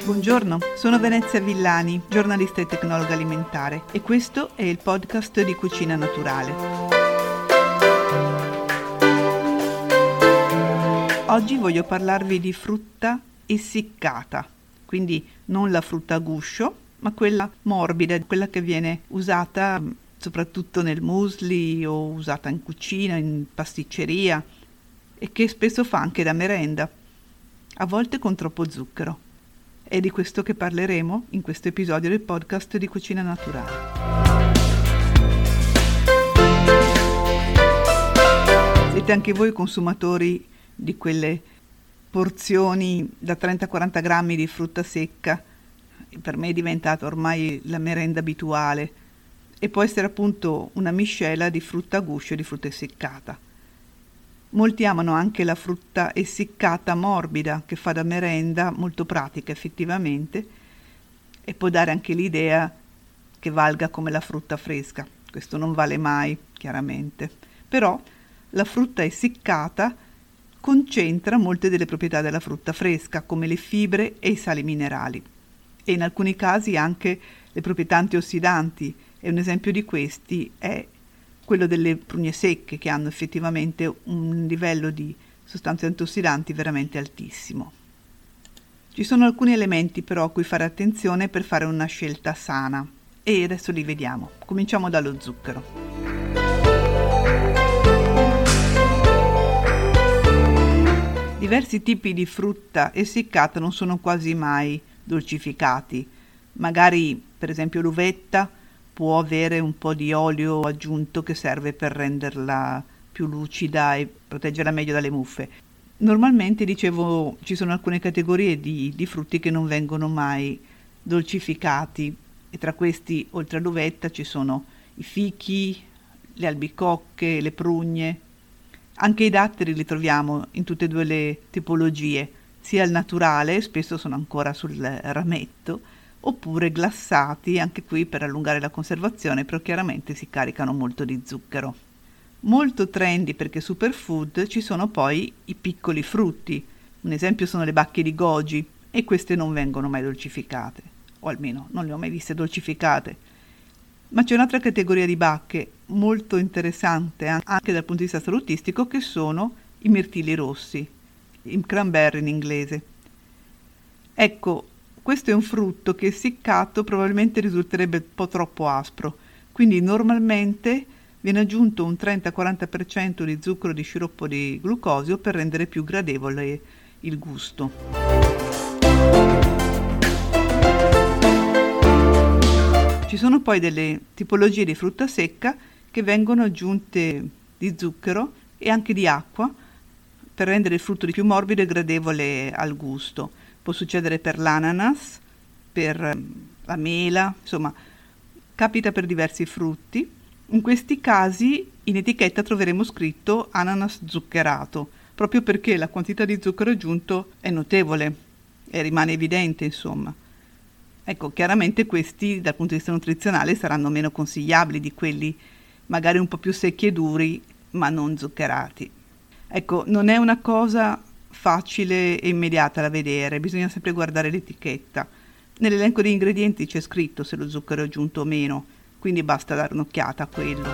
Buongiorno, sono Venezia Villani, giornalista e tecnologa alimentare e questo è il podcast di Cucina Naturale. Oggi voglio parlarvi di frutta essiccata, quindi non la frutta a guscio, ma quella morbida, quella che viene usata soprattutto nel muesli o usata in cucina, in pasticceria e che spesso fa anche da merenda, a volte con troppo zucchero. È di questo che parleremo in questo episodio del podcast di Cucina Naturale. Siete anche voi consumatori di quelle porzioni da 30-40 grammi di frutta secca? Per me è diventata ormai la merenda abituale e può essere appunto una miscela di frutta a guscio e di frutta essiccata. Molti amano anche la frutta essiccata morbida, che fa da merenda, molto pratica effettivamente, e può dare anche l'idea che valga come la frutta fresca. Questo non vale mai, chiaramente. Però la frutta essiccata concentra molte delle proprietà della frutta fresca, come le fibre e i sali minerali, e in alcuni casi anche le proprietà antiossidanti, e un esempio di questi è quello delle prugne secche, che hanno effettivamente un livello di sostanze antiossidanti veramente altissimo. Ci sono alcuni elementi però a cui fare attenzione per fare una scelta sana e adesso li vediamo. Cominciamo dallo zucchero. Diversi tipi di frutta essiccata non sono quasi mai dolcificati. Magari, per esempio, l'uvetta può avere un po' di olio aggiunto che serve per renderla più lucida e proteggerla meglio dalle muffe. Normalmente, dicevo, ci sono alcune categorie di frutti che non vengono mai dolcificati e tra questi, oltre all'uvetta, ci sono i fichi, le albicocche, le prugne. Anche i datteri li troviamo in tutte e due le tipologie, sia il naturale, spesso sono ancora sul rametto, oppure glassati, anche qui per allungare la conservazione, però chiaramente si caricano molto di zucchero. Molto trendy perché superfood ci sono poi i piccoli frutti. Un esempio sono le bacche di goji e queste non vengono mai dolcificate, o almeno non le ho mai viste dolcificate. Ma c'è un'altra categoria di bacche molto interessante anche dal punto di vista salutistico, che sono i mirtilli rossi, i cranberry in inglese. Ecco, questo è un frutto che essiccato probabilmente risulterebbe un po' troppo aspro, quindi normalmente viene aggiunto un 30-40% di zucchero di sciroppo di glucosio per rendere più gradevole il gusto. Ci sono poi delle tipologie di frutta secca che vengono aggiunte di zucchero e anche di acqua per rendere il frutto di più morbido e gradevole al gusto. Può succedere per l'ananas, per la mela, insomma, capita per diversi frutti. In questi casi in etichetta troveremo scritto ananas zuccherato, proprio perché la quantità di zucchero aggiunto è notevole e rimane evidente, insomma. Ecco, chiaramente questi dal punto di vista nutrizionale saranno meno consigliabili di quelli magari un po' più secchi e duri, ma non zuccherati. Ecco, non è una cosa facile e immediata da vedere, bisogna sempre guardare l'etichetta. Nell'elenco di ingredienti c'è scritto se lo zucchero è aggiunto o meno, quindi basta dare un'occhiata a quello.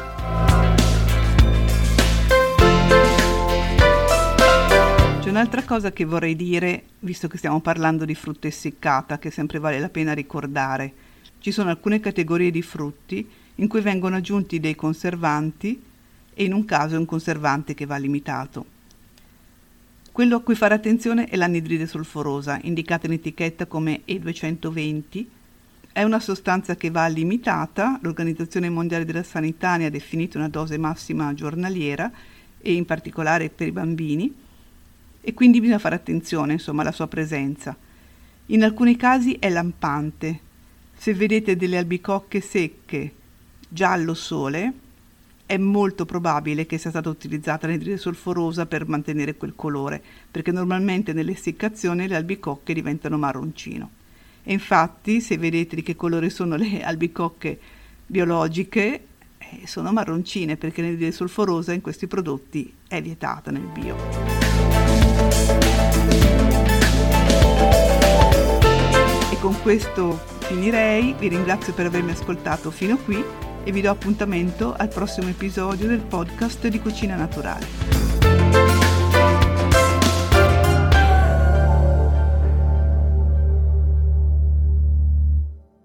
C'è un'altra cosa che vorrei dire, visto che stiamo parlando di frutta essiccata, che sempre vale la pena ricordare. Ci sono alcune categorie di frutti in cui vengono aggiunti dei conservanti e in un caso è un conservante che va limitato. Quello a cui fare attenzione è l'anidride solforosa, indicata in etichetta come E220. È una sostanza che va limitata, l'Organizzazione Mondiale della Sanità ne ha definito una dose massima giornaliera e in particolare per i bambini, e quindi bisogna fare attenzione, insomma, alla sua presenza. In alcuni casi è lampante. Se vedete delle albicocche secche giallo sole, è molto probabile che sia stata utilizzata l'anidride solforosa per mantenere quel colore, perché normalmente nell'essiccazione le albicocche diventano marroncino. E infatti, se vedete di che colore sono le albicocche biologiche, sono marroncine, perché l'anidride solforosa in questi prodotti è vietata nel bio. con questo finirei, vi ringrazio per avermi ascoltato fino qui e vi do appuntamento al prossimo episodio del podcast di Cucina Naturale.